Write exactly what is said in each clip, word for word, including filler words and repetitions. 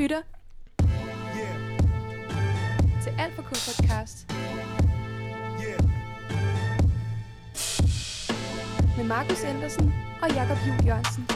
lytter til Alt for K podcast med Markus Andersen og Jakob Juhl Jørgensen.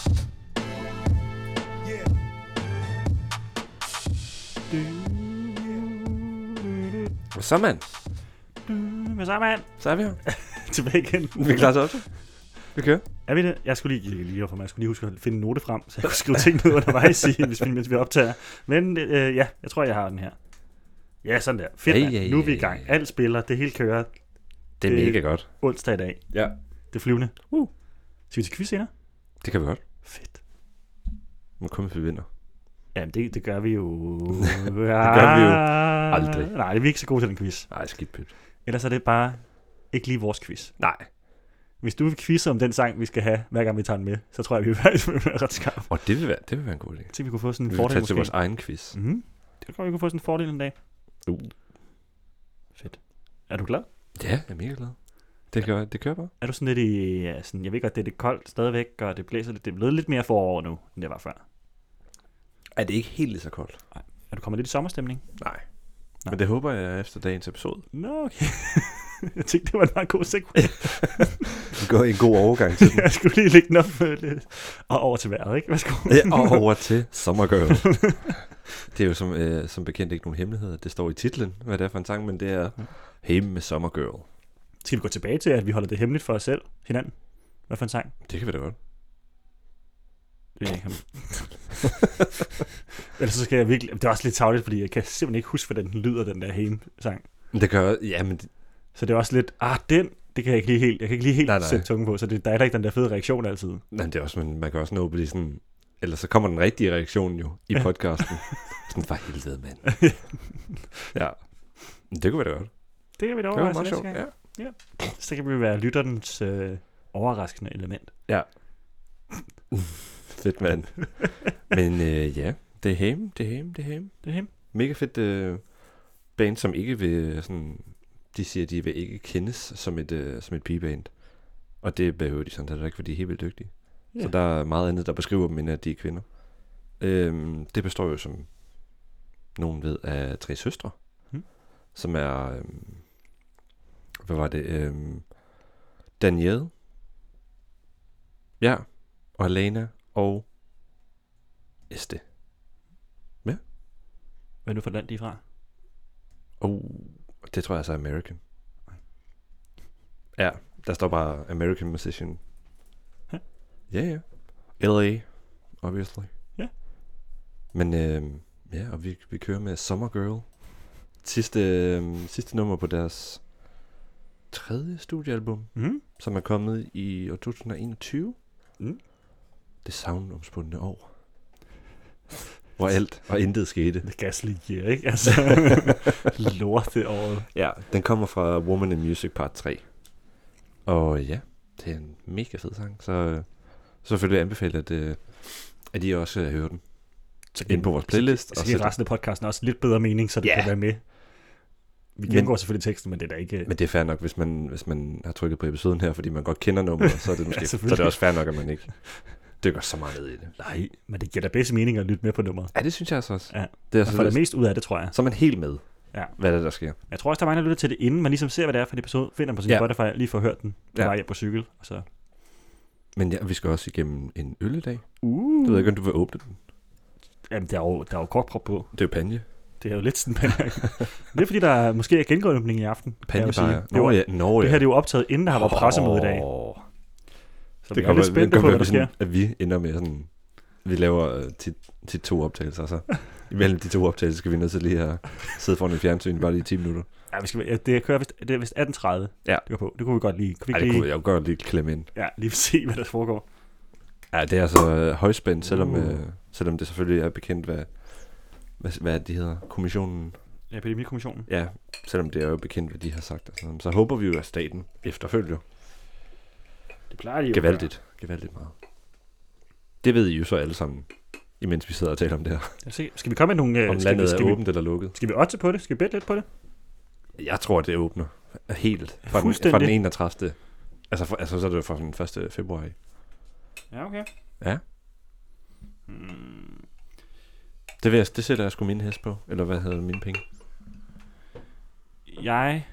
Hvad så, mand? Hvad så, mand? Så er vi her. Tilbage igen. Vi er klar til også. Vi kører. Er vi det? Jeg skulle lige, lige for mig. Jeg skulle lige huske at finde en note frem, så jeg kunne skrive ting ned undervejs, i, hvis vi, mens vi optager. Men øh, ja, jeg tror, jeg har den her. Ja, sådan der. Fedt, ja, mand. ja, ja, Nu er vi i gang. Alt spiller, det hele kører. Det er mega godt. Onsdag i dag. Ja. Det er flyvende. Uh. Skal vi til quiz senere? Det kan vi godt. Fedt. Nu kommer vi vinder. Jamen, det, det gør vi jo... det gør vi jo aldrig. Nej, det er vi ikke så gode til den quiz. Nej, skidt pyt. Ellers er det bare ikke lige vores quiz. Nej. Hvis du vil quizze om den sang, vi skal have, hver gang vi tager den med, så tror jeg, vi vil være ret skarpe. Og det vil være, det vil være en god idé. Så vi kunne få sådan en vi fordel tage måske. til vores egen quiz. Mm-hmm. Det tror jeg, vi kunne få sådan en fordel en dag. Uh. Fedt. Er du glad? Ja, jeg er mega glad. Det kører, det kører bare. Er du sådan lidt i... Ja, sådan, jeg ved godt, det er lidt koldt stadigvæk, og det blæser lidt. Det er blevet lidt mere forår nu, end det var før. Er det ikke helt lige så koldt? Nej. Er du kommet lidt i sommerstemning? Nej. Nå. Men det håber jeg efter dagens episode. Nå, okay. Jeg tænkte, det var en meget god segway. Vi går en god overgang til den. Jeg skulle lige lægge den op lidt. Og over til vejret, ikke? Værsgo. Ja, og over til Summer Girl. Det er jo som, øh, som bekendt ikke nogen hemmeligheder. Det står i titlen, hvad det er for en sang, men det er Hjemme med Summer Girl. Skal vi gå tilbage til, at vi holder det hemmeligt for os selv, hinanden? Hvad for en sang? Det kan vi da godt. Det er ikke ham. Ellers så skal jeg virkelig... Det er også lidt tarveligt, fordi jeg kan simpelthen ikke huske, hvordan den lyder, den der Hjemme-sang. Det gør... Ja, men... Så det er også lidt... Ah, den... Det kan jeg ikke lige helt... Jeg kan ikke lige helt nej, nej. sætte tungen på, så det, der er ikke den der fede reaktion altid. Nej, det er også... Man, man kan også nå at blive sådan... Ellers så kommer den rigtige reaktion jo i podcasten. Sådan, for helvede, mand. Ja. Det kunne være det godt. Det kan vi da Det var overveje meget næste sjovt, gang. ja. Ja. Så kan vi være lytterens øh, overraskende element. Ja. Fedt, mand. Men øh, ja, det er Hjemme, det er Hjemme, det er Hjemme. Det er Hjemme. Mega fedt øh, band, som ikke vil sådan... De siger, de vil ikke kendes som et, øh, som et pigeband. Og det behøver de sådan, det er ikke, fordi de er helt vildt dygtige. Yeah. Så der er meget andet, der beskriver dem, end at de er kvinder. Øhm, det består jo, som nogen ved, af tre søstre. Hmm. Som er... Øhm, hvad var det? Øhm, Danielle. Ja. Og Lena og Este. Ja. Hvad er du for land de er fra? Oh, det tror jeg så er American. Ja, der står bare American Musician. Ja, ja. Yeah, yeah. L A, obviously. Ja. Men øh, ja, og vi, vi kører med Summer Girl. Sidste, øh, sidste nummer på deres tredje studiealbum, mm. som er kommet i år to tusind og enogtyve. Mm. Det savnomspundne år. Hvor alt og intet skete. Det gaslige gear, ikke? Altså, lorte året. Ja, den kommer fra Woman in Music Part tre. Og ja, det er en mega fed sang. Så selvfølgelig anbefale, at, uh, at I også uh, hører den. Så ind på vores playlist. Så, så giver resten af podcasten også lidt bedre mening, så det yeah. kan være med. Vi gennemgår selvfølgelig teksten, men det er da ikke... Men det er fair nok, hvis man, hvis man har trykket på episoden her, fordi man godt kender nummeret, så er det måske, ja, så er det også fair nok, at man ikke dykker så meget ned i det. Nej, men det giver da bedste mening at lytte med på nummeret. Ja, det synes jeg altså også. Ja. Det er man får det mest ud af det, tror jeg. Så er man helt med, ja. Hvad er det, der sker. Jeg tror også, der er mange, der lytter til det, inden man ligesom ser, hvad det er for en episode, finder på sin ja. Spotify, lige får hørt den på ja. vej hjem på cykel. Og så. Men ja, vi skal også igennem en ølledag. Uh. Du ved ikke, om du vil åbne den. Jamen, der er jo, der er jo korkprop på. Det er jo panje. Det er jo lidt sådan panje. Det er fordi, der er måske er genåbning i aften. Panjebajer. Nå ja, nå ja. Det her det er jo optaget, inden der har været pressemøde i dag. Så det vi er lidt spændte på, hvad der sker. At vi ender med sådan... Vi laver tit, tit to optagelser, så imellem de to optagelser skal vi nødt til lige at sidde foran et fjernsyn bare lige i ti minutter. Ja, vi skal, ja, det kører vist, det er vist atten tredive. Ja. Det går på. Det kunne vi godt lige. Kunne vi ja, det lige, kunne jeg jo godt lige klemme ind. Ja, lige se, hvad der foregår. Ja, det er altså øh, højspændt, selvom, uh. øh, selvom det selvfølgelig er bekendt, hvad, hvad, hvad de hedder, kommissionen. Ja, Epidemikommissionen. Ja, selvom det er jo bekendt, hvad de har sagt. Altså. Så håber vi jo, at staten efterfølger. Det plejer de jo. Gevaldigt. Gevaldigt meget. Det ved I jo så alle sammen, imens vi sidder og taler om det her. Se, skal vi komme med nogle... Om skal landet vi, skal er vi, åbent eller lukket. Skal vi otte på det? Skal vi bette lidt på det? Jeg tror, det åbner helt fra den, fra den enogtredivte Altså, for, altså så er det fra den første februar. Ja, okay. Ja. Hmm. Det, vil jeg, det sætter jeg sgu min hest på. Eller hvad hedder mine penge? Jeg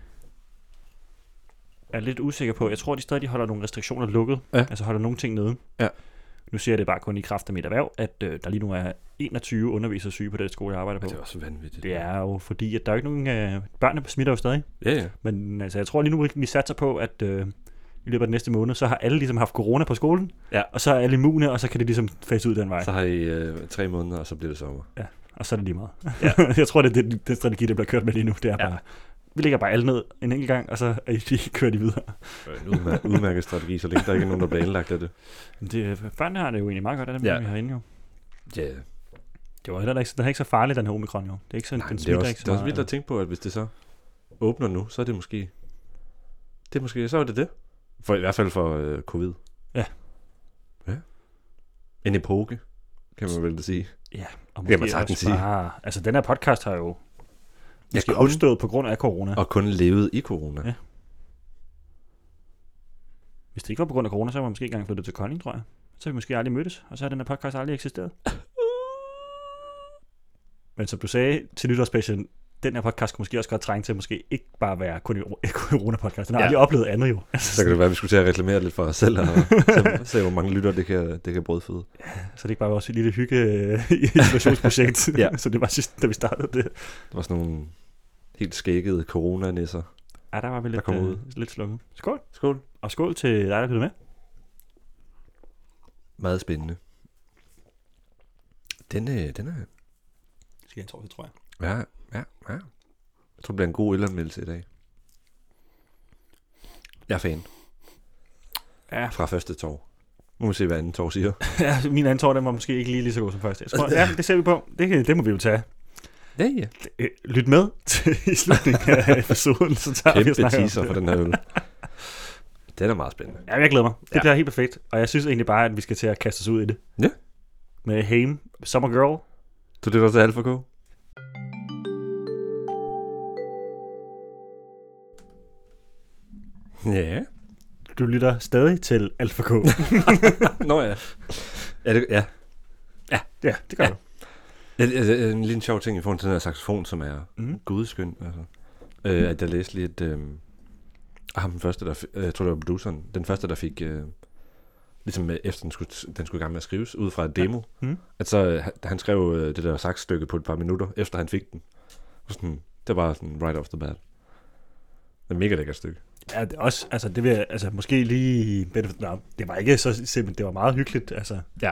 er lidt usikker på. Jeg tror, de stadig holder nogle restriktioner lukket. Ja. Altså holder nogle ting nede. Ja. Nu siger jeg det bare kun i kraft af mit erhverv, at øh, der lige nu er enogtyve undervisere syge på den skole, jeg arbejder på. Det er også vanvittigt. Det er jo fordi, at der er ikke nogen... Øh, børnene smitter jo stadig. Ja, ja. Men altså, jeg tror lige nu, vi satser på, at øh, i løbet af den næste måned, så har alle ligesom haft corona på skolen. Ja. Og så er alle immune, og så kan det ligesom fase ud den vej. Så har I øh, tre måneder, og så bliver det sommer. Ja, og så er det lige meget. Ja. Jeg tror, det er det, det strategi, der bliver kørt med lige nu. Det er Ja. bare... Vi lægger bare alle ned en enkelt gang, og så er de, kører de videre. En udmærket, udmærket strategi, så længe der ikke er nogen, der bliver indlagt af det. det børnene har det jo egentlig meget godt af dem, Ja. vi har inde jo. Ja, yeah. Det var heller ikke, den er ikke så farlig, den her omikron jo. Det er ikke så, Nej, den det er smitter også, ikke så det er også meget, vildt at tænke på, at hvis det så åbner nu, så er det måske... Det er måske, så er det det. For, I hvert fald for øh, covid. Ja. Ja. En epoke, kan man vel sige. Ja, og Det kan man måske sagtens også bare... Altså, den her podcast har jo Ja, måske kun, opstået på grund af corona. og kun levet i corona. Ja. Hvis det ikke var på grund af corona, så var man måske ikke engang flyttet til Kolding, tror jeg. Så har vi måske aldrig mødtes, og så har den her podcast aldrig eksisteret. Men som du sagde til nytårsspecialen, den her podcast kunne måske også godt trænge til at måske ikke bare være kun en corona-podcast. Den har Ja. aldrig oplevet andet jo. Så kan det være, at vi skulle til at reklamere lidt for os selv, og se, se hvor mange lytter det kan, det kan brødføde. Så det er ikke bare vores lille hygge-isolationsprojekt. Ja. Så det var sidst, da vi startede det. Der var sådan nogle helt skækkede coronanisser. Ja, der var vi lidt, kom ud. øh, lidt slukket. Skål. Skål. Og skål til dig, der lytter med. Meget spændende. Den, øh, den er... Skal jeg tro, det tror jeg. Ja, ja, ja. Jeg tror, det bliver en god ølanmeldelse i dag. Jeg er fan. Ja. Fra første tår. Nu må vi se, hvad anden tår siger. Ja, min anden tår, den var måske ikke lige lige så god som første. Jeg tror, ja, det ser vi på. Det, kan- det må vi jo tage. Ja, ja. Øh, Lyt med til i slutningen af episoden, så tager vi og Kæmpe snakker om teaser det. for den her øl. Den er meget spændende. Ja, jeg glæder mig. Det Ja. bliver helt perfekt. Og jeg synes egentlig bare, at vi skal til at kaste os ud i det. Ja. Med Haim, Summer Girl. Du lytter til Alpha K? Ja. Du lytter stadig til Alpha K. Nå ja. Ja, det, ja. ja, ja, det gør Ja. du. Ja, altså, en lille sjov ting i forhold til den her saxofon, som er Mhm. gudskøn. Altså. Øh, at jeg læste lige, at øh, ham den første, der, fi- øh, jeg tror det var produceren, den første, der fik, øh, ligesom øh, efter den skulle, den skulle i gang med at skrives, ud fra et demo, Ja. Mhm. at så øh, han- han skrev øh, det der saxstykke på et par minutter, efter han fik den. Og sådan, det var sådan right off the bat. Det er et mega lækkert stykke. Ja, det er også, altså det vil jeg, altså måske lige, nå, det var ikke så simpelt, det var meget hyggeligt, altså. Ja.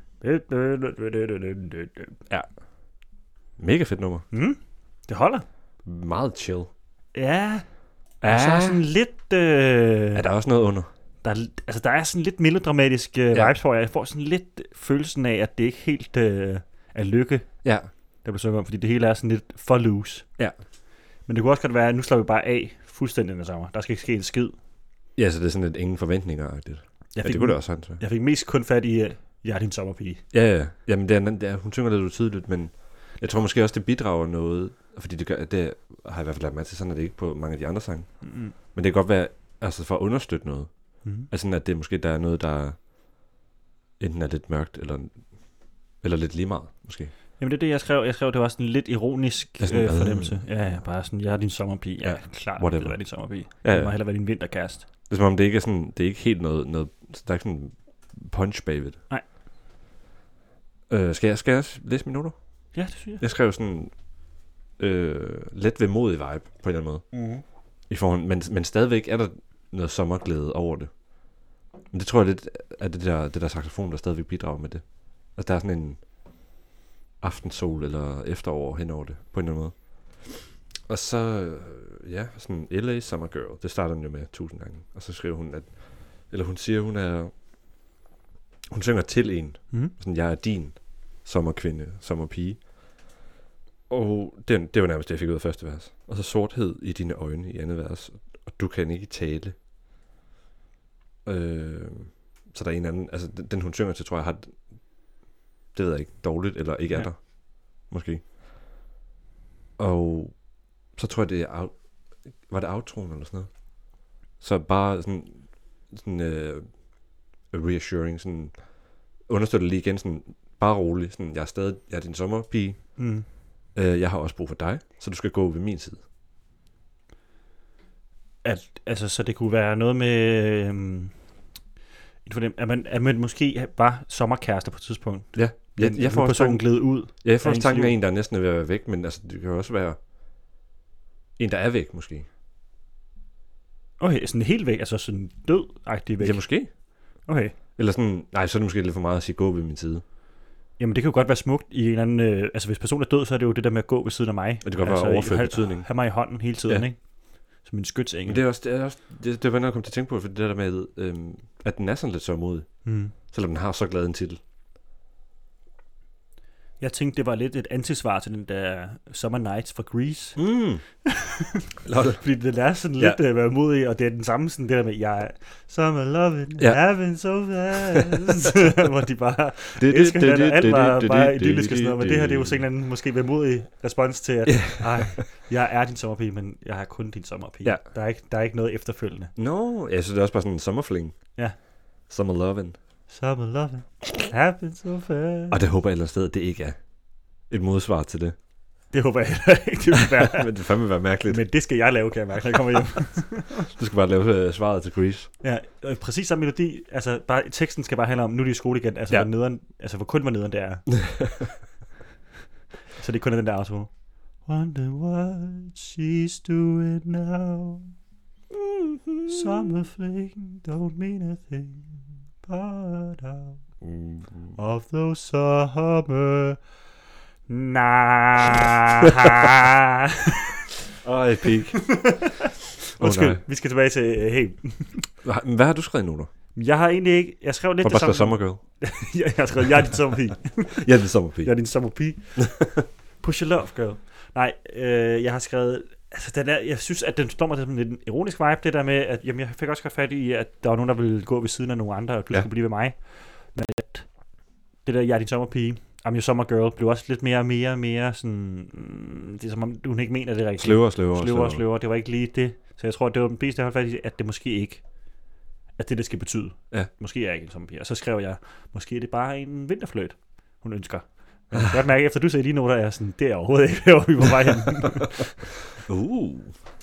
Mega fedt nummer. Mm, det holder. Meget chill. Ja, Ja. og så er sådan lidt, øh, Er der også noget under? der, er- altså der er sådan lidt melodramatisk øh, Ja. vibes, hvor jeg får sådan lidt følelsen af, at det ikke helt øh, er lykke, Ja. der bliver sunget om, fordi det hele er sådan lidt for loose. Ja. Men det kunne også godt være, at nu slår vi bare af fuldstændig den sommer. Der skal ikke ske en skid. Ja, så det er sådan lidt ingen forventninger-agtigt. Jeg Ja, fik, det kunne det også have. jeg fik mest kun fat i, uh, jeg er din sommerpige. Ja, ja. Jamen, det er, det er, hun synger lidt utydeligt, men jeg tror måske også, det bidrager noget, fordi det, gør, det har jeg i hvert fald lagt mig til, sådan er det ikke på mange af de andre sange. Mm-hmm. Men det kan godt være, altså for at understøtte noget. Mm-hmm. Altså sådan, at det måske der er noget, der enten er lidt mørkt, eller, eller lidt lige meget, måske. Jamen det er det, jeg skrev. Jeg skrev, det var sådan lidt ironisk Ja, sådan, øh, øh, fornemmelse. Ja, ja, bare sådan, jeg er din sommerpige. Ja, Ja, klart, whatever. det vil være din sommerpige. Ja, Ja, ja. Det må hellere være din vinterkæreste. Det er som om, det ikke er sådan, det er ikke helt noget, noget der er ikke sådan punch bagved. Nej. Øh, skal, jeg, skal jeg også læse mine noter? Ja, det synes jeg. Jeg skrev sådan øh, let vemodig vibe, på en eller anden måde. Mm-hmm. I forhold, men, men stadigvæk er der noget sommerglæde over det. Men det tror jeg lidt er det der, det der saxofon, der stadigvæk bidrager med det. Altså der er sådan en aftensol eller efterår hen over det, på en eller anden måde. Og så, øh, ja, sådan L A Summer Girl, det starter den jo med tusind gange. Og så skriver hun, at, eller hun siger, hun er, hun synger til en, Mm-hmm. sådan, jeg er din sommerkvinde, sommerpige. Og det, det var nærmest det, jeg fik ud af første vers. Og så sorthed i dine øjne i andet vers. Og du kan ikke tale. Øh, så der er en anden, altså den, den hun synger til, tror jeg har, det ved jeg ikke, dårligt, eller ikke er Ja. der. Måske. Og så tror jeg, det er, out, var det outroen eller sådan noget? Så bare sådan, sådan uh, reassuring, sådan, understøtter lige igen sådan, bare rolig. Sådan, jeg er stadig jeg er din sommerpige. Mm. Øh, jeg har også brug for dig, så du skal gå ved min side. At, altså, så det kunne være noget med... Øhm, for dem, at, man, at man måske var sommerkærester på et tidspunkt. Ja, jeg, jeg får også personen tanken, gled ud. ja, jeg får af også ens tanken af liv. en, der er næsten er ved at være væk, men altså, det kan jo også være en, der er væk, måske. Okay, sådan helt væk, altså sådan død-agtig væk. Ja, måske. Okay. Eller sådan, nej, så er det måske lidt for meget at sige, gå ved min side. Jamen, det kan jo godt være smukt i en eller anden... Øh, altså, hvis personen er død, så er det jo det der med at gå ved siden af mig. Og det kan godt altså, være overført have, betydning. Have mig i hånden hele tiden, Ja. ikke? Som en skytsengel. Men det er også, det er også, det, det var noget, jeg kom til at tænke på, for det der med, øhm, at den er sådan lidt sørgmodig, Mm. selvom den har så glad en titel. Jeg tænkte, det var lidt et antisvar til den der Summer Nights for Grease. Mm. Lol. Fordi den er sådan Ja. lidt ja. uh, modig, og det er den samme sådan det der med, jeg er summer loving, Ja. having so fast. Hvor de bare Det, elsker hinanden, og alt var bare idyllisk og sådan noget. Men det her, det er jo sådan en anden, måske vemodig respons til, at ej, jeg er din sommerpige, men jeg er kun din sommerpige. Ja. Der, er ikke, der er ikke noget efterfølgende. No, jeg synes det er også bare sådan en sommerfling. Ja. Summer lovin'. Summer loving, having so fast. Og det håber jeg et eller andet sted, det ikke er et modsvar til det. Det håber jeg heller ikke, det vil være. Men det fandme være mærkeligt. Men det skal jeg lave, kan jeg mærke, når jeg kommer hjem. Du skal bare lave uh, svaret til Grease. Ja, øh, præcis samme melodi. Altså, bare, teksten skal bare handle om, nu er de i skole igen. Altså, Ja. ja. hvor, nederen, altså hvor kun hvor nederen det er. Så det er kun den der outro. Wonder what she's doing now. Summer fling don't mean a thing. But out Mm. of those summer nights. Ej, pik. Undskyld, nej. vi skal tilbage til uh, hey. Hvad, hvad har du skrevet i noter? Jeg har egentlig ikke... Jeg skrev lidt Har du det bare skrevet samme. Summer Girl? jeg har skrevet, jeg er din sommerpige. Ja, det er sommerpige. Jeg er din sommerpige. Push your love, girl. Nej, øh, jeg har skrevet... Altså, den er, jeg synes, at den står mig til sådan lidt en ironisk vibe, det der med, at jamen, jeg fik også godt fat i, at der var nogen, der ville gå ved siden af nogle andre, og du Ja. skulle blive ved mig. Men at det der, jeg er din sommerpige, I'm your summer girl, blev også lidt mere og mere og mere sådan... Mm, det er som om, hun ikke mener det rigtigt. Sløvere, sløvere, Sløvere og sløvere. Det var ikke lige det. Så jeg tror, at det var den bedste, jeg holdt fat i, at det måske ikke at det, det skal betyde. Ja. Måske er jeg ikke en sommerpige. Og så skrev jeg, måske er det bare en vinterfløjt, hun ønsker. Men jeg kan godt mærke, efter du sagde de noter, er jeg sådan, det er overhovedet ikke, hvor vi var vej hen. Uh.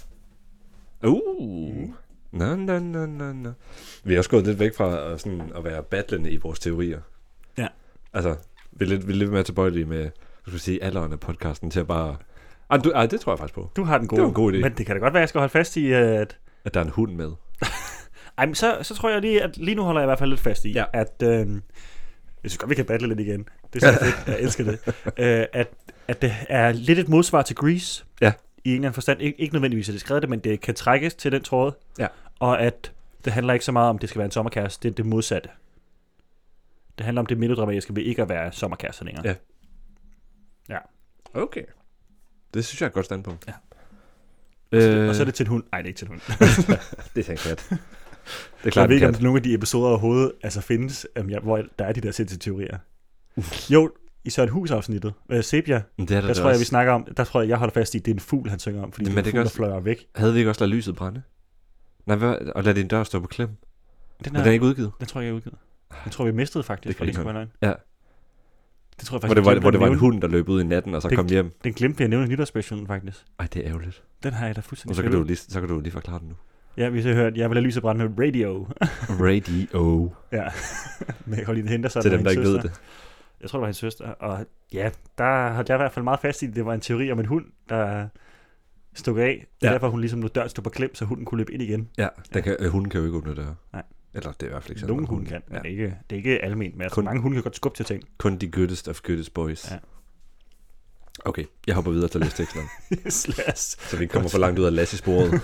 Uh. Mm. Nå, nå, nå, nå, nå. Vi er også gået lidt væk fra at, sådan, at være battlende i vores teorier. Ja. Altså, vi er lidt, vi er lidt mere tilbøjelige med, hvad skal vi sige, alderen af podcasten til at bare... Ej, du, ej, det tror jeg faktisk på. Du har den gode. Det var en god idé. Men det kan da godt være, at jeg skal holde fast i, at... At der er en hund med. Ej, men så, så tror jeg lige, at lige nu holder jeg i hvert fald lidt fast i, Ja. at... Øh, jeg synes godt, vi kan battle lidt igen. Det er så fedt. Jeg elsker det. øh, at, at det er lidt et modsvar til Grease. Ja. I en eller anden forstand. Ik- ikke nødvendigvis, at det er skrevet det, men det kan trækkes til den tråd. Ja. Og at det handler ikke så meget om, at det skal være en sommerkæreste. Det er det modsatte. Det handler om det melodramatiske ved ikke at være sommerkæreste længere. Ja. Ja. Okay. Det synes jeg er et godt standpunkt. Ja. Øh, Og så er det til en hund. Nej, det er ikke til en hund. det er en kat. Det er Jeg klart ved en ikke, om kat. nogle af de episoder overhovedet altså findes, um, ja, hvor der er de der sindssyge teorier. Jo, i Søren Hus-afsnittet, uh, Sepia, Men det er der, der da tror jeg, også. vi snakker om, der tror jeg, jeg holder fast i, det er en fugl, han synger om, fordi Men det er det en kan fugl, også- der fløjer væk. Havde vi ikke også ladet lyset brænde? Nej, hvad? Og lad din dør stå på klem. Den, Men er, den er ikke udgivet. den tror jeg, jeg er udgivet. Den tror vi mistede faktisk, Det for kan det skulle ikke være løgn. Ja. Det tror jeg Hvor faktisk, det, var, jeg hvor det var en nævne. hund, der løb ud i natten, og så Det- kom hjem. Den glemte vi at nævne i nytårsspecialen, faktisk. Ej, det er ærgerligt. Den har jeg da Og fuldstændig så kan, du glemt. lige, så kan du lige forklare den nu. Ja, vi har hørt, jeg vil have lyset brænde med radio. Radio. Ja, med Caroline Henter, så Til var dem, der hendes ikke ved søster. det. Jeg tror, det var hendes søster. Og ja, der har jeg i hvert fald meget fast i, at det var en teori om en hund, der stuk af. Det er Ja. derfor, hun ligesom lå døren stå på klem, så hunden kunne løbe ind igen. Ja, den kan, øh, hunden kan jo ikke åbne døre. Nej. Eller det er i hvert fald ikke sådan. Nogle mange hunde kan, men Ja. ikke, det er ikke alment. Men altså, Kun- mange hunde kan godt skubbe til ting. Kun de goodest of goodest boys. Ja. Okay, jeg hopper videre til at læse teksten. Slash. Så vi ikke kommer for langt ud af Lasse-sporet.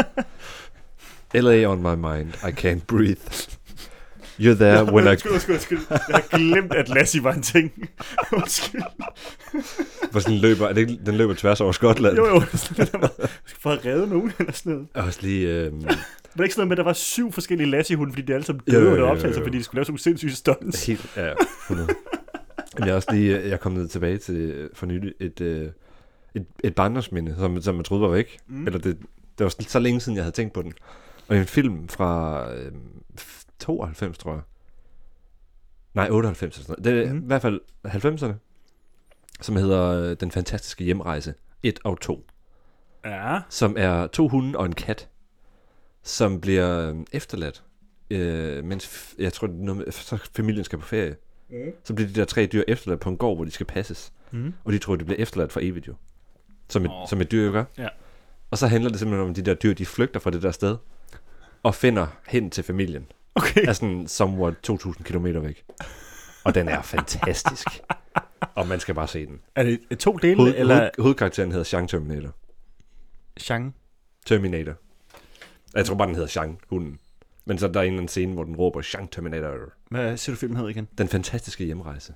L A on my mind, I can't breathe. You're there when I... Undskyld, undskyld, undskyld. Jeg har glemt, at Lassie var en ting. Undskyld. Hvor sådan løber, er det ikke, den løber tværs over Skotland. Jo, jo. Sådan der var- For at redde nogen eller sådan noget. Og også lige... Øh, Var det ikke sådan noget med, at der var syv forskellige Lassie-hunde, fordi de alle sammen Jo, jo, døde jo, under jo, optagelser, jo. fordi de skulle lave sådan nogle sindssyge stunts. helt... Ja, hundrede. Men jeg er også lige... Jeg er kommet tilbage til øh, for nylig et, øh, et, et barndomsminde, som, som jeg troede var væk. Mm. Eller det, det var så længe siden, jeg havde tænkt på den. Og en film fra øh, tooghalvfems, tror jeg. Nej, otteoghalvfems eller sådan noget. Det er Mhm. i hvert fald halvfemserne, som hedder øh, Den Fantastiske Hjemrejse et og to. Ja. Som er to hunde og en kat, som bliver øh, efterladt, øh, mens f- jeg tror, det er noget med, så familien skal på ferie. Mm. Så bliver de der tre dyr efterladt på en gård, hvor de skal passes. Mm. Og de tror, de bliver efterladt for evigt jo. Som et, Åh. som et dyr jo gør. Ja. Og så handler det simpelthen om, de der dyr, de flygter fra det der sted, og finder hen til familien. Okay. Er sådan somewhat to tusind kilometer væk. Og den er fantastisk. Og man skal bare se den. Er det to dele, Hoved, eller... hoved, hovedkarakteren hedder Shang Terminator. Shang? Terminator. Jeg tror bare, den hedder Shang, hunden. Men så er der en eller anden scene, hvor den råber Shang Terminator. Hvad siger du filmen hed igen? Den Fantastiske Hjemrejse.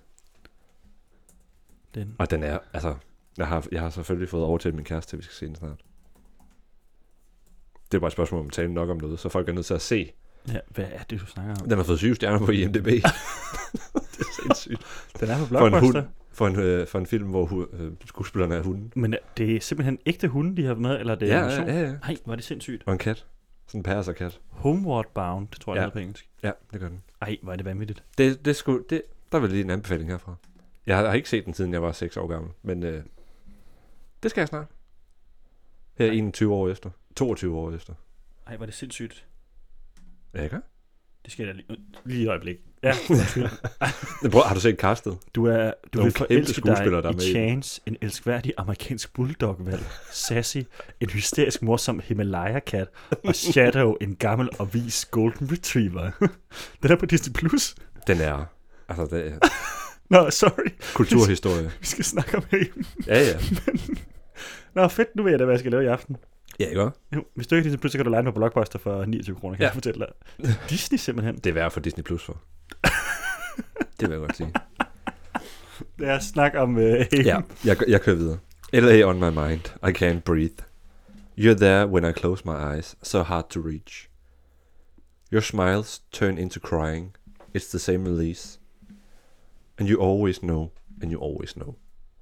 Den. Og den er, altså... Jeg har, jeg har selvfølgelig fået overtalt min kæreste til, at vi skal se den snart. Det er bare et spørgsmål om at tale nok om noget, så folk er nødt til at se. Ja, hvad er det, du snakker om? Den har fået syv stjerner på I M D B. Det er sindssygt. Den er på For en Blockbuster. hund. For en, øh, for en film, hvor hu- øh, skuespillerne er hunden. Men er- det er simpelthen ægte hunde, de har med, eller det er Ja, animation? ja, ja. Nej, hvor er det sindssygt. Og en kat. Sådan en perserkat. Homeward Bound, det tror jeg, Ja. ja. det på engelsk. Ja, det gør den. Ej, hvor er det vanvittigt. Det, det skulle, det, der vil lige en anbefaling herfra. Jeg har, jeg har ikke set den, siden jeg var seks år gammel. Men øh, det skal jeg snart. Her Ej. enogtyve år efter. toogtyve år efter. Ej, hvor er det sindssygt. Ja, ikke? Det skal jeg lige, lige et øjeblik. Ja, undskyld. Prøv, har du set castet? Du, er, du Nogle vil kæmpe forelske skuespillere, der dig er i med i den. Chance, en elskværdig amerikansk bulldog-valg, Sassy, en hysterisk morsom Himalaya-kat, og Shadow, en gammel og vis golden retriever. Den er på Disney+. Plus. Den er... Altså, det er Nå, sorry. kulturhistorie. Vi skal snakke om Haven. Ja, ja. Nå, fedt. Nu ved jeg da, hvad jeg skal lave i aften. Ja, ikke også? Jo, hvis du ikke Disney Plus, så kan du lege med på Blockbuster for niogtyve kroner, kan Ja. jeg fortælle dig. Disney simpelthen. Det er værd for Disney Plus for. Det vil jeg godt sige. Det er snak om uh, Haven. Ja, jeg, jeg kører videre. L A on my mind. I can't breathe. You're there when I close my eyes. So hard to reach. Your smiles turn into crying. It's the same release. And you always know. And you always know.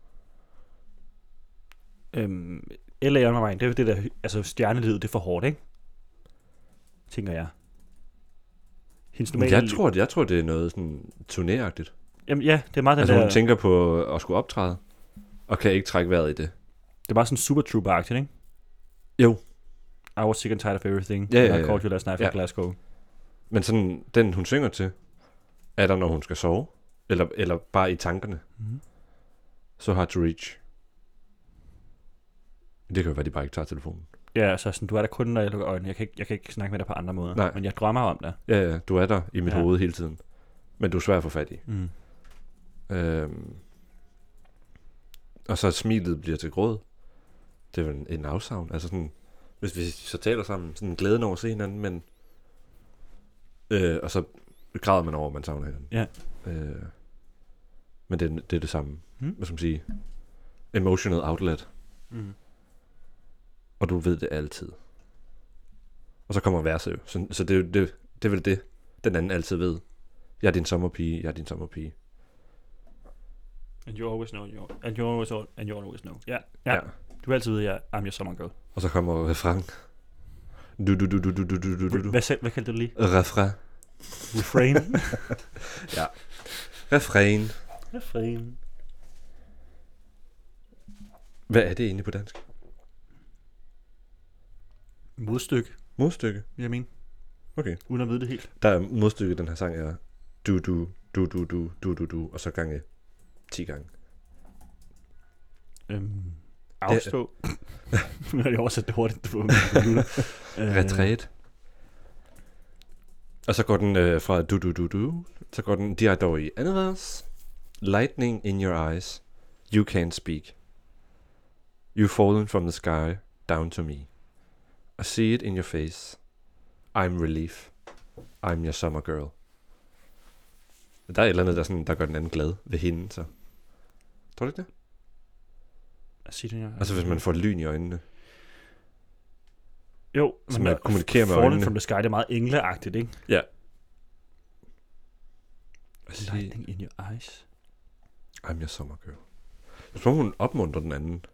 Øhm, L A on my mind, det er jo det der, altså stjernelivet, det er for hårdt, ikke? Tænker jeg. Hendes normale Jeg tror, jeg tror, det er noget sådan turnéagtigt. Jamen ja, det er meget den Altså der, hun tænker på at skulle optræde. Og kan ikke trække vejret i det. det er bare sådan super trooper-agtigt, ikke? Jo. I was sick and tired of everything. Ja, ja, I ja. called you last night from Ja. Glasgow. Men sådan, den hun synger til, er der når hun skal sove. Eller, eller bare i tankerne. Mm-hmm. So hard to reach. Det kan jo være, de bare ikke tager telefonen. Ja, så sådan, du er der kun, når jeg lukker øjnene. Jeg kan ikke, jeg kan ikke snakke med dig på andre måder. Nej. Men jeg drømmer om dig. Ja, ja, du er der i mit Ja. hoved hele tiden. Men du er svær at få fat i. Mm. Øhm. Og så smilet bliver til gråd. Det er jo en, en afsavn. Altså sådan, hvis vi så taler sammen, sådan glæden over at se hinanden, men... Øh, og så græder man over, at man savner hinanden. Ja. Øh, men det, er- det er det samme. Mm. Hvad skal man sige? Emotional outlet. Mm. Og du ved det altid. Og så kommer verset jo. Så, så det, er jo- det, det er vel det, den anden altid ved. Jeg er din sommerpige, jeg er din sommerpige. And you always know, you and you always and you always know. Ja, ja. Ja. Du vil altid vide, at I'm your summer girl. Og så kommer refrain. Du, du, du, du, du, du, du, du, du. Hvad, selv, hvad kaldte du lige? Refrain. Refrain. Ja. Refrain. Refrain. Hvad er det egentlig på dansk? Modstykke, Modstykke. vil jeg mene. Okay. Uden at vide det helt. Der er modstykke, den her sang er du, du, du, du, du, du, du, du, og så gange ti gange. Øhm, afstå. Nu har jeg oversat det hurtigt på min computer. Øh, Retræt. Og så går den øh, fra du, du, du, du, så går den direkte over i andet vers. Lightning in your eyes, you can't speak. You've fallen from the sky down to me. I see it in your face. I'm relief. I'm your summer girl. Der er et eller andet, der, sådan, der gør den anden glad ved hende, så. Tror du ikke det? Hvad siger du, ja? Altså hvis man får lyn i øjnene. Jo, Så men man der- kommunikerer med Fallen øjnene. from the sky, det er meget engleagtigt, ikke? Ja. I see, Lightning in your eyes. I'm your summer girl. Jeg tror, hun opmuntrer den anden.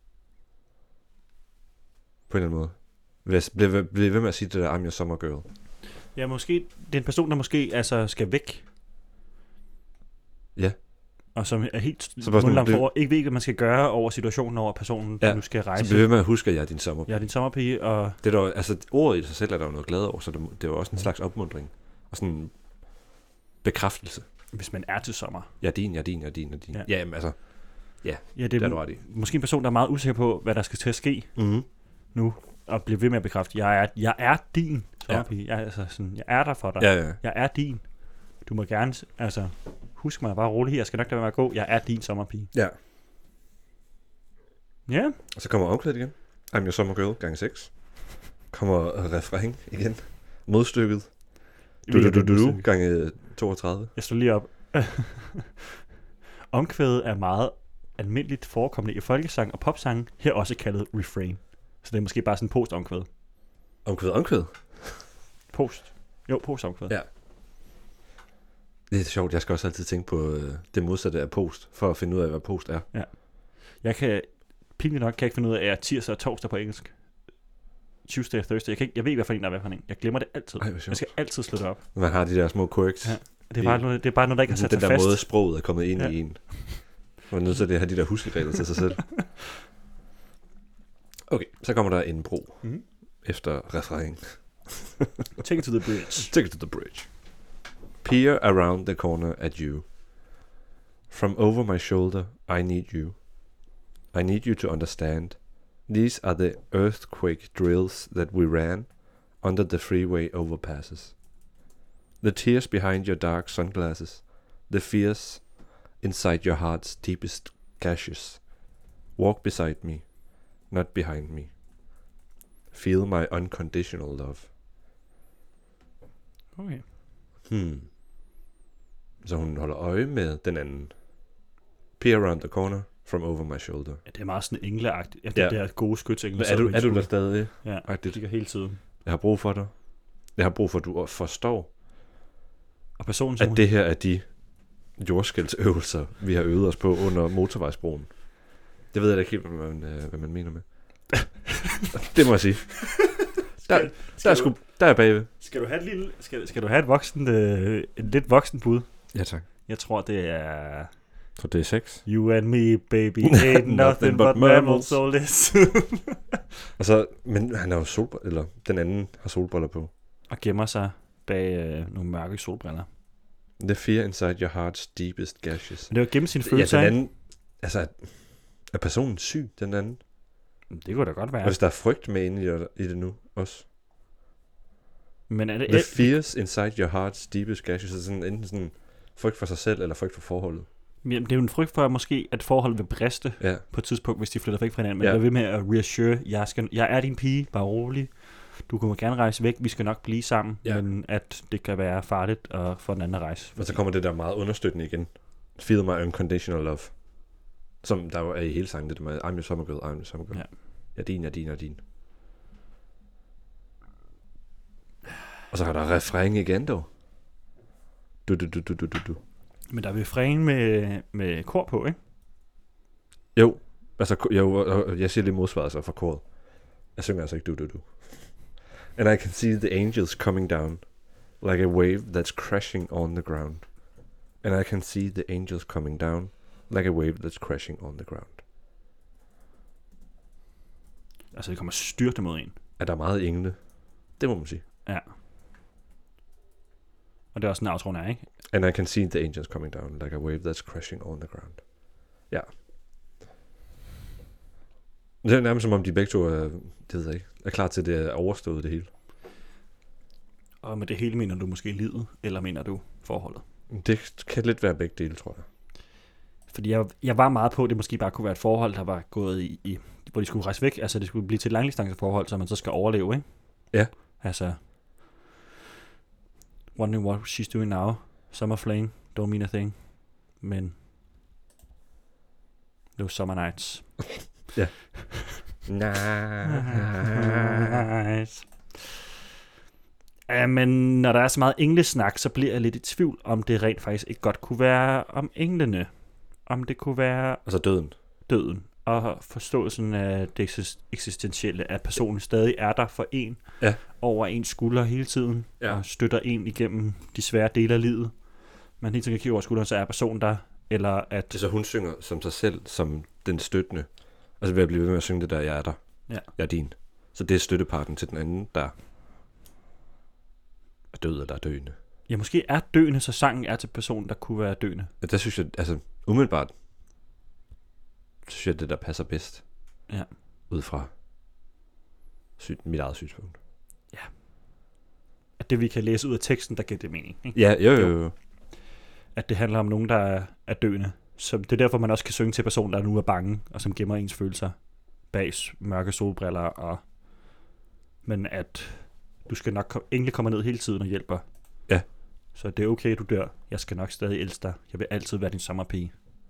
På en eller anden måde. Hvis bliver ved, bliver ved med at sige det der, I'm your summer girl. Ja, måske, det er en person, der måske altså skal væk. Ja. Og som er helt Så bare sådan, mundlam det- for, ikke ved, hvad man skal gøre over situationen, over personen, der Ja, nu skal Så rejse. bliv ved med at huske, at jeg er din sommerpige. Jeg er din sommerpige, og Det er der, altså, ordet i sig selv er der jo noget glad over, så det, det er jo også en slags opmuntring. Og sådan en bekræftelse. hvis man er til sommer. Jeg er din, jeg er din, jeg er din, jeg er din. Ja. Ja, jamen, altså, Ja, det det er er du ret i. måske en person, der er meget usikker på, hvad der skal til at ske Mm-hmm. nu, og blive ved med at bekræfte, jeg er, jeg er din sommerpige. Jeg, er, altså, sådan, jeg er der for dig. Ja, ja. Jeg er din. Du må gerne, altså, husk mig bare roligt her. Jeg skal nok lade være med at gå. Jeg er din sommerpige. Ja. Ja. Og så kommer omkvædet igen. I'm your summer girl, gange seks. Kommer refræng igen. Modstykket. Du, du, du, du, du, gange toogtredive. Jeg står lige op. Omkvædet er meget almindeligt forekommende i folkesang og popsang, her også kaldet refrain. Så det er måske bare sådan post-omkvæd. Omkvæd, omkvæd. Post. Jo, post-omkvæd. Ja. Det er sjovt, jeg skal også altid tænke på øh, det modsatte af post, for at finde ud af, hvad post er. Jeg kan, pinligt nok, kan jeg ikke finde ud af, at tirsdag og torsdag på engelsk. Tuesday og Thursday. Jeg, kan ikke, jeg ved, hvad for en der er hvad for en. Jeg glemmer det altid. Ej, hvor Jeg sjovt. skal altid slå det op. Man har de der små quirks. Ja. Det er bare, noget, det er bare noget, der ikke har sat Den sig der fast. måde, sproget er kommet ind Ja. i en. Man er nødt til at have de der huskeregler til sig selv. Okay, så kommer der en bro Mhm. efter refræng. Take it to the bridge. Take it to the bridge. Peer around the corner at you. From over my shoulder, I need you. I need you to understand. These are the earthquake drills that we ran under the freeway overpasses. The tears behind your dark sunglasses. The fears inside your heart's deepest gashes. Walk beside me, not behind me. Feel my unconditional love. Okay. Hmm. Så hun holder øje med den anden. Peer around the corner from over my shoulder. Ja, det er meget sådan engleagtigt. Ja, det Ja. ja. der gode skytsengle. Er du, er du der stadig? Ja, Agtigt. det ligger hele tiden. Jeg har brug for dig. Jeg har brug for, at du forstår, Og personen, som at det her er de jordskældsøvelser, vi har øvet os på under motorvejsbroen. Det ved jeg da ikke helt, hvad man, øh, hvad man mener med. Det må jeg sige. Der, der, er, du- sgu, der er bagved. Skal du have et lille, skal, skal du have et voksen, øh, et lidt voksen bud? Ja, tak. Jeg tror, det er Så det er sex. You and me, baby, ain't nothing but mammals, so this. Og så, men han har jo solbriller, eller den anden har solbriller på. Og gemmer sig bag øh, nogle mørke solbriller. The fear inside your heart's deepest gashes. Men det var gemme sine Ja, følelser, den ikke? anden, altså, er- er personen syg, den anden? Det kunne da godt Og være. hvis der er frygt med inde i det, i det nu også. Men er det... The fears inside your heart's deepest gashes, er sådan enten sådan frygt for sig selv, eller frygt for forholdet. Jamen, det er jo en frygt for, at måske at forholdet vil briste Ja, på et tidspunkt, hvis de flytter væk fra hinanden. Men Ja. ja. ved med at reassure, jeg, skal, jeg er din pige, bare rolig. Du kan gerne rejse væk, vi skal nok blive sammen. Ja. Men at det kan være farligt at få den anden at rejse. men så kommer det der meget understøttende igen. Feel my unconditional love. Som der jo er i hele sangen, det der med, I'm your summer girl, I'm your summer girl. Ja. Jeg er din, jeg er din, jeg er din. Og så har der refræng igen, dog. Du, du, du, du, du, du, du. Men der er refræn med, med kor på, ikke? Jo, altså, jo, og- og jeg siger lige modsvaret så fra koret. Jeg synger altså ikke du, du, du. And I can see the angels coming down, like a wave that's crashing on the ground. And I can see the angels coming down, like a wave that's crashing on the ground. Altså, det kommer styrte mod en. Er der meget engle? Det må man sige. Ja. Og det er også en outroen er, ikke? And I can see the angels coming down, like a wave that's crashing on the ground. Ja. Det er nærmest som om de begge to er, det ved jeg ikke, er klar til det er overstået det hele. Og med det hele mener du måske livet, eller mener du forholdet? Det kan lidt være begge dele, tror jeg. Fordi jeg, jeg var meget på, at det måske bare kunne være et forhold, der var gået i, i hvor de skulle rejse væk. Altså, det skulle blive til et langdistanceforhold, så man så skal overleve, ikke? Ja. Altså, wondering what she's doing now. Summer fling, don't mean a thing. Men, no summer nights. Nice. Ja, men når der er så meget englesnak, så bliver jeg lidt i tvivl, om det rent faktisk ikke godt kunne være om englene. Om det kunne være Altså døden. døden, og forståelsen af det eksist- eksistentielle, at personen stadig er der for en, Ja. over ens skulder hele tiden, Ja. og støtter en igennem de svære dele af livet, man hele tiden kan kigge over skulderen, så er personen der, eller at... Det er så, hun synger som sig selv, som den støttende. Altså ved at blive ved med at synge det der, jeg er der. Ja. Jeg er din. Så det er støtteparten til den anden, der er død eller er døende. Ja, måske er døende, så sangen er til personen, der kunne være døende. Ja, der synes jeg, altså umiddelbart, synes jeg, det der passer bedst. Ja. Ud fra sy- mit eget synspunkt. At det, vi kan læse ud af teksten, der giver det mening. Ikke? Ja, jo, jo, jo. At det handler om nogen, der er, er døende. Så det er derfor, man også kan synge til personen, der nu er bange, og som gemmer ens følelser bag mørke solbriller. Og... Men at du skal nok... Kom... Engle kommer ned hele tiden og hjælper. Ja. Så det er okay, du dør. Jeg skal nok stadig elske dig. Jeg vil altid være din sommerpige.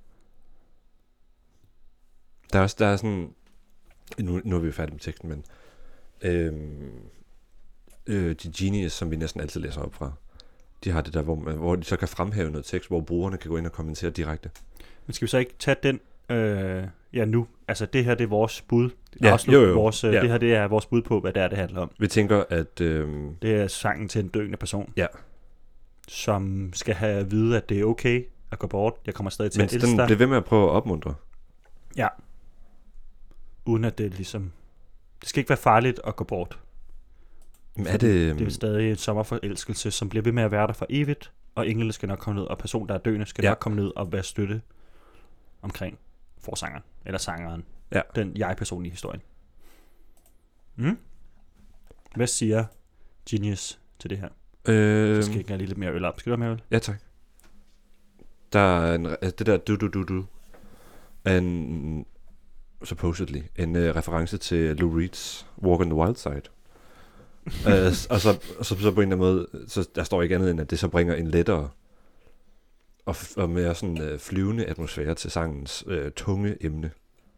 Der er også, der er sådan, nu, nu er vi jo færdige med teksten, men øhm, øh, de Genius, som vi næsten altid læser op fra, de har det der, hvor, man, hvor de så kan fremhæve noget tekst, hvor brugerne kan gå ind og kommentere direkte. Men skal vi så ikke tage den, øh, ja nu, altså det her, det er vores bud. Ja, Afslut, jo, jo. Vores, øh, Ja. Det her, det er vores bud på, hvad det er, det handler om. Vi tænker, at øhm, Det er sangen til en døende person. Ja. Som skal have at vide, at det er okay at gå bort. Jeg kommer stadig til men at elske den dig. bliver ved med at prøve at opmuntre. Ja. Uden at det ligesom... Det skal ikke være farligt at gå bort. Men er det, øhm, Det er stadig en sommerforelskelse, som bliver ved med at være der for evigt. Og engle skal nok komme ned, og personen, der er døende, skal Ja. ja. nok komme ned og være støtte omkring forsangeren. Eller sangeren. Ja. Den jeg-person i historien. Mm? Hvad siger Genius til det her? øh, Så skal jeg ikke have lige lidt mere øl op. Skal du have mere øl? Ja, tak. Der er en, altså det der du du du du er en, supposedly en uh, reference til Lou Reed's Walk on the Wild Side. uh, og så, og så, så på en eller anden måde, så der står ikke andet end, at det så bringer en lettere og, f- og mere sådan uh, flyvende atmosfære til sangens uh, tunge emne.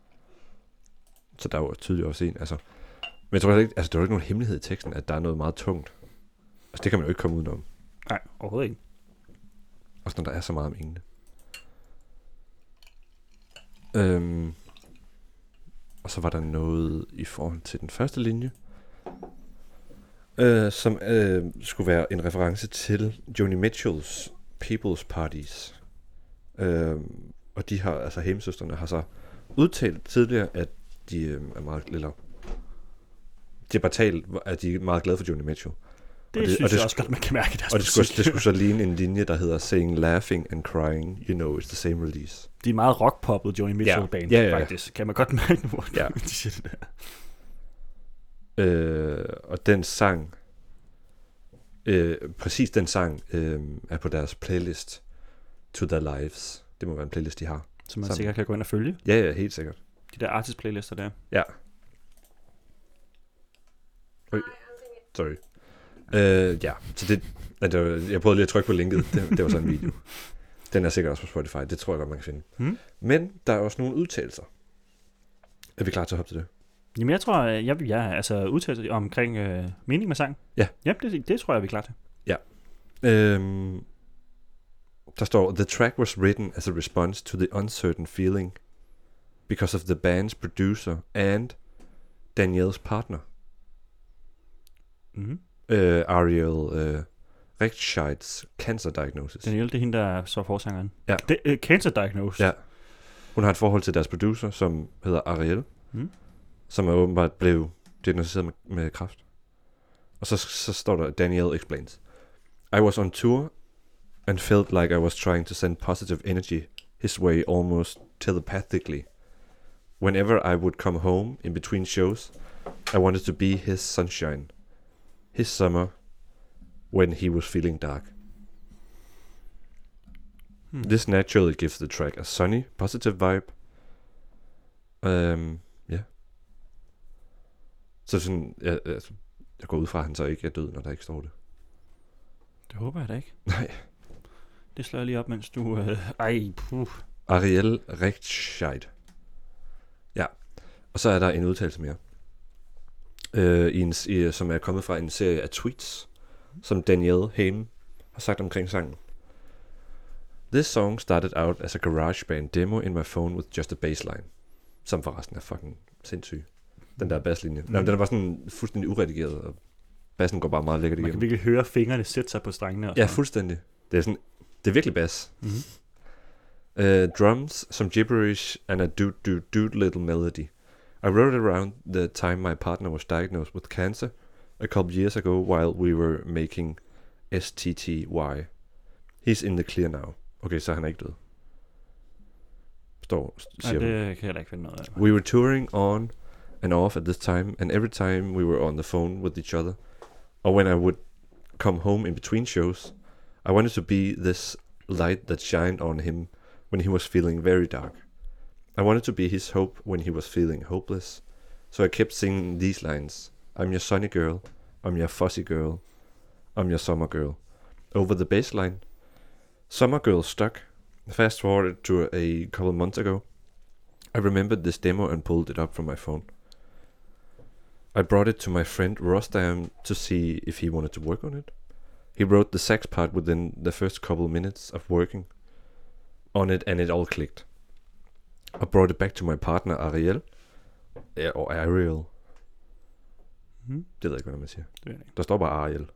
Så der er jo tydeligt også en, altså. Men jeg tror heller ikke, altså der er jo ikke nogen hemmelighed i teksten, at der er noget meget tungt. Altså det kan man jo ikke komme udenom. Nej, overhovedet ikke. Også når der er så meget om engle. Øhm, og så var der noget i forhold til den første linje, øh, som øh, skulle være en reference til Joni Mitchells People's Parties. Øh, og de har, altså Haim-søstrene har så udtalt tidligere, at de øh, er meget, eller de har bare talt, at de er meget glade for Joni Mitchell. Det, det- synes og det jeg sk- også godt, man kan mærke i deres Og det skulle, musik. det skulle så ligne en linje, der hedder Saying laughing and crying, you know it's the same release. De er meget rockpoppet, Joni Mitchell-band, Ja, ja, ja. faktisk. Kan man godt mærke nu, hvor Ja. de siger det der. Øh, og den sang, øh, præcis den sang, øh, er på deres playlist To Their Lives. Det må være en playlist, de har. Som man Sammen. sikkert kan gå ind og følge. Ja, ja, helt sikkert. De der artist-playlister der. Ja. Øj, sorry. Øh, ja, så det, at det var, jeg prøvede lige at trykke på linket. Det, det var sådan en video. Den er sikkert også på Spotify. Det tror jeg godt, man kan finde. Hmm? Men der er også nogle udtalelser. Er vi klar til at hoppe til det? Jamen jeg tror, jeg vil ja, altså udtale omkring øh, mening med sang. Ja. Ja, det, det tror jeg, vi er klar til. Øhm, der står, The track was written as a response to the uncertain feeling because of the band's producer and Danielle's partner, Mm-hmm. uh, Ariel uh, Rechtschieds cancer diagnosis. Danielle, det er hende, der er så forsangeren. Ja. Det, uh, cancer diagnosis. Ja. Hun har et forhold til deres producer, som hedder Ariel, Mm. som er åbenbart blev diagnosticeret med, med kræft. Og så, så står der, Danielle explains. I was on tour and felt like I was trying to send positive energy his way almost telepathically. Whenever I would come home in between shows, I wanted to be his sunshine, his summer, when he was feeling dark. Hmm. This naturally gives the track a sunny, positive vibe. Um, yeah. Så sådan, jeg, jeg, jeg går ud fra, at han så ikke er død, når der ikke står det. Det håber jeg da ikke. Nej. Det slår jeg lige op, mens du... Øh, ej, puh. Ariel Rechtschied. Ja. Og så er der en udtalelse mere. Øh, i en, i, som er kommet fra en serie af tweets, som Danielle Haim har sagt omkring sangen. This song started out as a GarageBand demo in my phone with just a bassline. Som forresten er fucking sindssyg. Den der basslinje. Mm. Nej, den er bare sådan fuldstændig uredigeret, og bassen går bare meget lækkert Man kan igennem. virkelig høre fingrene sætte sig på strengene. Og Ja, sådan. fuldstændig. Det er sådan Det er virkelig bass. Mm-hmm. Uh, drums, some gibberish, and a dude, dude, dude little melody. I wrote it around the time my partner was diagnosed with cancer a couple years ago while we were making S T T Y. He's in the clear now. Okay, så han er ikke død. Står, Nej, siger det hun. kan jeg heller ikke finde noget af. We were touring on and off at this time, and every time we were on the phone with each other, or when I would come home in between shows, I wanted to be this light that shined on him when he was feeling very dark. I wanted to be his hope when he was feeling hopeless. So I kept singing these lines. I'm your sunny girl. I'm your fuzzy girl. I'm your summer girl. Over the bass line. Summer girl stuck. Fast forwarded to a couple months ago. I remembered this demo and pulled it up from my phone. I brought it to my friend Rostam to see if he wanted to work on it. He wrote the sax part within the first couple minutes of working on it, and it all clicked. I brought it back to my partner Ariel, ja, or Ariel. Mm. Det ved jeg ikke, hvad man siger. Det er ikke. Der står bare Ariel.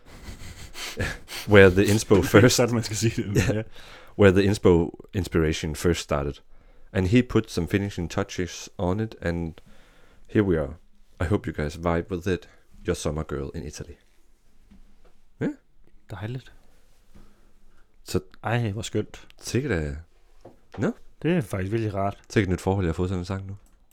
Where the inspo first, sådan man skal sige det. Yeah. Ja. where the inspo inspiration first started, and he put some finishing touches on it, and here we are. I hope you guys vibe with it. Your summer girl in Italy. Dejligt. Så Ej, hvor skønt. sikkert er Det er faktisk virkelig rart. sikkert et nyt forhold, jeg har fået sådan en sang nu.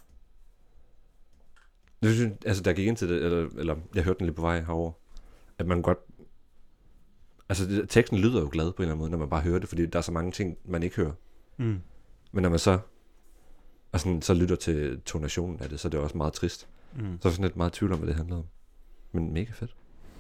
Jeg synes, altså, der gik ind til det, eller, eller jeg hørte den lige på vej herover, at man godt, altså det, teksten lyder jo glad på en eller anden måde, når man bare hører det, fordi der er så mange ting, man ikke hører. Mm. Men når man så, altså, så lytter til tonationen af det, så er det også meget trist. Mm. Så er jeg sådan lidt meget i tvivl om, hvad det handler om. Men mega fedt.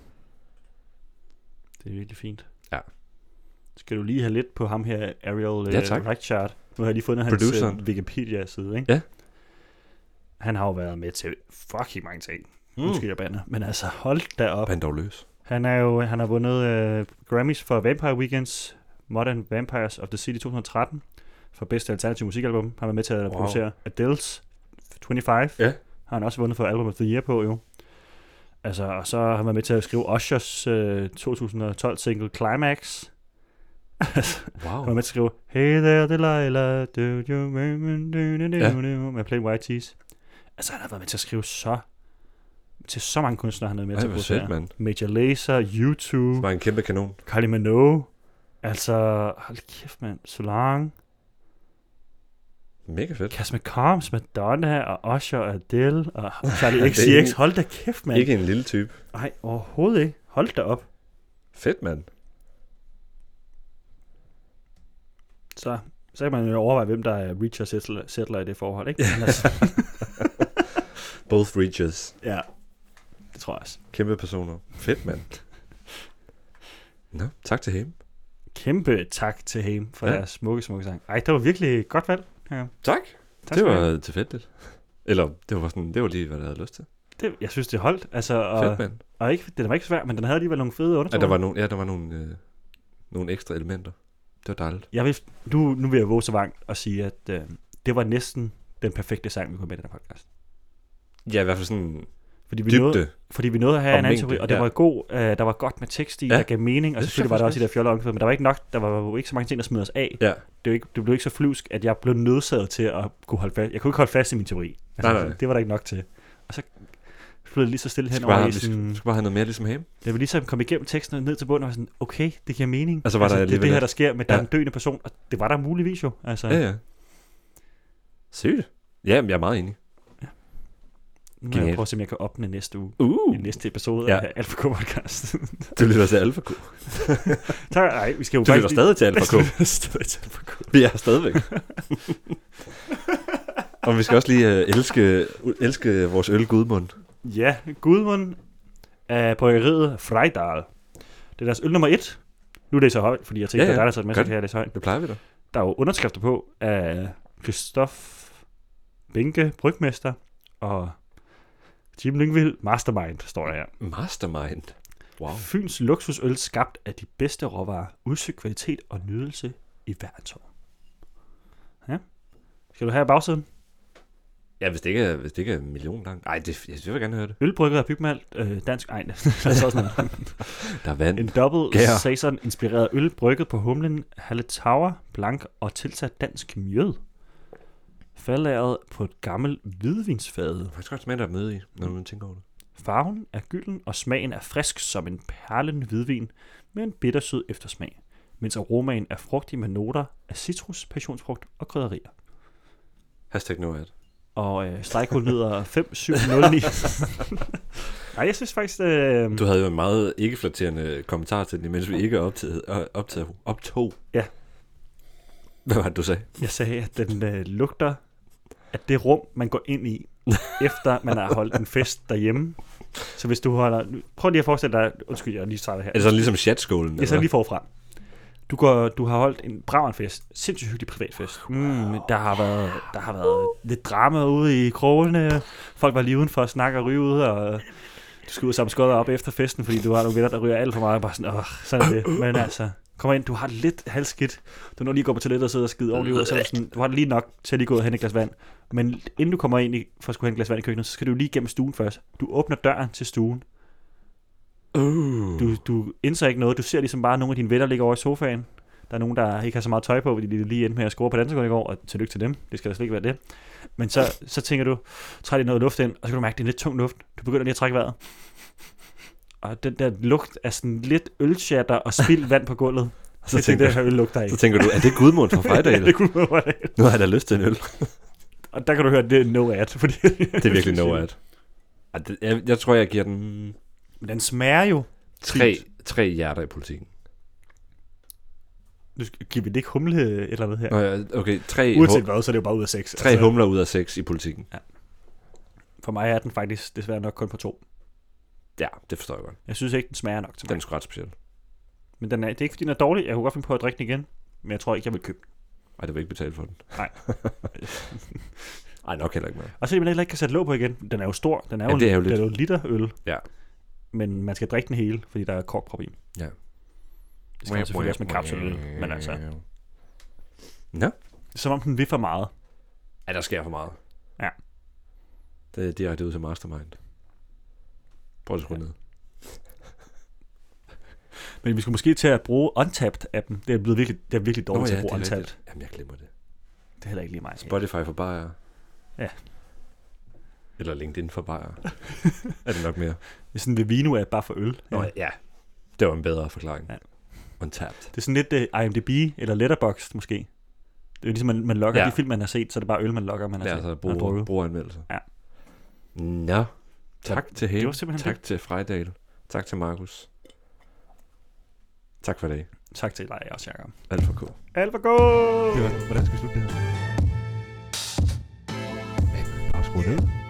Det er virkelig fint. Ja. Skal du lige have lidt på ham her, Ariel Ja, uh, tak. Reichard? Nu har jeg lige fundet hans Produceren. uh, Wikipedia-side, ikke? Ja. Han har jo været med til fucking mange ting. Mm. Undskyld, jeg bander. Men altså, hold da op. Han dog løs. Han er jo, han har vundet uh, Grammys for Vampire Weekends Modern Vampires of the City to tusind og tretten for bedste alternativ musikalbum. Han var med til at Wow. producere Adele's femogtyve. Ja. Har han også vundet for Album of the Year på, jo. Altså, og så har han været med til at skrive Ushers uh, to tusind og tolv single Climax. Wow. Han var med til at skrive Hey there Delilah, do you remember do, do, Ja. do, do, med Plain White Tees. Altså, han har været med til at skrive så til så mange kunstnere, han har været med Ej, til at hvor producere. fedt, mand. Major Lazer, U to, Det var en kæmpe kanon. Kylie Minogue. Altså, hold kæft, mand. Solange, Mega fedt. Cass McCombs, Madonna og Usher og Adele og Charlie Det er X C ikke- X. Hold da kæft, mand. Ikke en lille type. Nej, overhovedet ikke. Hold da op. Fedt, mand. Så, så kan man jo overveje, hvem der er Reach og settler, settler i det forhold, ikke? Men altså, Both reaches. ja, det tror jeg også. Kæmpe personer. Fedt, mand. Nå, tak til ham. Kæmpe tak til Haim for Ja. ja. deres smukke, smukke sang. Ej, det var virkelig godt valg. Ja. Tak. Tak Det skal du have. var tilfældigt. Eller, det var sådan, det var lige, hvad jeg havde lyst til. Det, jeg synes, det holdt. Altså, og, Fedt, mand. og ikke, det var ikke svært, men den havde alligevel nogle fede Ja, undertoner. der var nogle, ja, der var nogle, øh, nogle ekstra elementer. Det var dejligt. Jeg vil, nu, nu vil jeg våge så vangt og sige, at øh, det var næsten den perfekte sang, vi kunne med i den her podcast. Ja, i hvert fald sådan Fordi vi, nåede, dybde. fordi vi nåede at have Og en anden mængde, teori, og det ja. var god, øh, der var godt med tekst i, Ja. der gav mening, og Det synes selvfølgelig jeg var der også faktisk de der fjoller omkvæd, men der var ikke nok, der var jo ikke så mange ting, der smed os af. Ja. Det, var ikke, det blev ikke så flyvsk, at jeg blev nødsaget til at kunne holde fast. Jeg kunne ikke holde fast i min teori. Altså, Nej, nej. Det var der ikke nok til. Og så blev det lige så stille Vi skal, henover bare, i vi skal, vi sådan... skal bare have noget mere ligesom ham. Jeg vil ligesom komme igennem teksten og ned til bunden og var sådan, okay, det giver mening. Altså, var der det er alligevel det her, lidt- der sker med, der Ja. er en døende person, og det var der muligvis jo. Altså, Ja, ja. Sygt. Ja, men jeg er meget enig. nu må jeg Genialt. prøve at se, om jeg kan åbne næste uge. Uh. I næste episode Ja. af Alpha K podcast. Du lytter til Alpha K. tak, nej, vi skal jo Du lytter faktisk stadig til Alpha K. Du lytter stadig til Alpha K. Vi er stadigvæk. Og vi skal også lige uh, elske, elske vores øl Gudmund. Ja, Gudmund af bryggeriet Freidal. Det er deres øl nummer et. Nu er det så højt, fordi jeg tænker, Ja, ja, ja. ja. at der er så en masse, Godt. kan jeg læse højt. Det plejer vi da. Der er jo underskrifter på af Christoph Benke, brygmester, og Jim Lyngvild, mastermind, står der her. Mastermind. Wow. Fyns luksusøl skabt af de bedste råvarer, udsøgt kvalitet og nydelse i verdensår. Ja. Skal du have bagsiden? Ja, hvis det ikke er, hvis det ikke er en million lang. Ej, det, jeg vil gerne høre det. Ølbrygget af bygmalt, øh, dansk ej, det er så sådan noget. Der er vand. En dobbelt Gær. saison-inspireret øl brygget på humlen Hallertauer blank og tilsat dansk mjød. Faldæret på et gammelt hvidvinsfade. Jeg faktisk godt smage, der er møde i, når man tænker over det. Farven er gylden, og smagen er frisk som en perlende hvidvin med en bittersød eftersmag, mens aromaen er frugtig med noter af citrus, passionsfrugt og krydderier. Hashtag no ad. Og øh, stregkoden hedder fem syv nul ni. Nej, jeg synes faktisk... Øh, Du havde jo en meget ikke-flatterende kommentar til den, mens vi ikke optaget, optaget, optog. Ja. Hvad var det, du sagde? Jeg sagde, at den øh, lugter at det rum, man går ind i, efter man har holdt en fest derhjemme. Så hvis du holder... Prøv lige at forestille dig... Undskyld, jeg lige starter her. Er det sådan ligesom chatskolen? Jeg så lige forfra. Du, går, du har holdt en bravenfest, sindssygt hyggelig privatfest. Mm, der, har været, der har været lidt drama ude i krogene. Folk var lige udenfor at snakke og ryge ude, og du skal ud og samle skodder op efter festen, fordi du har nogle venner, der ryger alt for meget. Bare sådan, åh, sådan er det. Men altså, kom ind, du har det lidt halvskidt. Du når lige gå på toilettet og sidde og skide ordentligt ud, og så er du sådan, du har det lige nok til at lige gå ud og hente et glas vand. Men inden du kommer ind i, for at skulle hente et glas vand i køkkenet, så skal du lige gennem stuen først. Du åbner døren til stuen. Uh. Du, du indser ikke noget. Du ser ligesom bare nogle af dine venner ligger over i sofaen. Der er nogen, der ikke har så meget tøj på, fordi de lige endte med at score på dansegulvet i går, og tillykke til dem. Det skal da slet ikke være det. Men så, så tænker du, træk lige noget luft ind, og så kan du mærke, at det er lidt tung luft. Du begynder lige at trække vejret. Og den der lugt af sådan lidt ølshatter og spild vand på gulvet. Så, det tænker, er det, her øl lugter af. så tænker du, er det Gudmund fra Frejdal? Ja, det er Gudmund fra Frejdal. Nu har jeg da lyst til en øl. Og der kan du høre, at det er no ad. Fordi Det er virkelig no ad. Jeg, jeg tror, jeg giver den... Men den smager jo. Tre, tre hjerter i politikken. Nu giver vi det ikke humle et eller andet her. Nå ja, okay, tre, Uanset hu- hvad, så er det jo bare ud af seks. tre altså, humler ud af seks i politikken. Ja. For mig er den faktisk desværre nok kun på to. Ja, det forstår jeg godt. Jeg synes ikke, den smager nok til mig. Den er sgu ret speciel. Men den er, det er ikke, fordi den er dårlig. Jeg kunne godt finde på at drikke den igen. Men jeg tror ikke, jeg vil købe den. Ej, det vil ikke betale for den. Nej. Ej, nok heller ikke meget. Og så er det, man heller ikke kan sætte låg på igen. Den er jo stor. Den er Ja, jo, det er jo den lidt. er jo liter øl. Ja. Men man skal drikke den hele, fordi der er korkprop i. Ja. Det skal man selvfølgelig også med kapseløl. Men altså, Nå? det er som om den vil for meget. Ja, der sker for meget. Ja. Det er direkte ud til Mastermind. Prøv at skrue ned. Men vi skulle måske til at bruge Untapped-appen. Det er blevet virkelig, det er virkelig dårligt Nå, til ja, at bruge det er Untapped. rigtigt. Jamen, jeg glemmer det. Det er heller ikke lige mig. Spotify for bajer. Ja. Eller LinkedIn for bajer. Er det nok mere? Det er sådan en Vivino-app bare for øl. Nå, ja. Det var en bedre forklaring. Ja. Untapped. Det er sådan lidt uh, I M D B eller Letterboxd måske. Det er jo ligesom, man, man logger Ja. de film, man har set, så er det bare øl, man logger, man har Ja, set. altså Man har bruger, drukket. brugeranmeldelser. Ja. Nå. Tak til Det Hale. var simpelthen Tak til Frejdal. Tak til Markus. Tak for det. Tak til dig også, Jacob. Alt for K. Alt for go! Hvordan skal vi slutte det her? Bare skrue ned.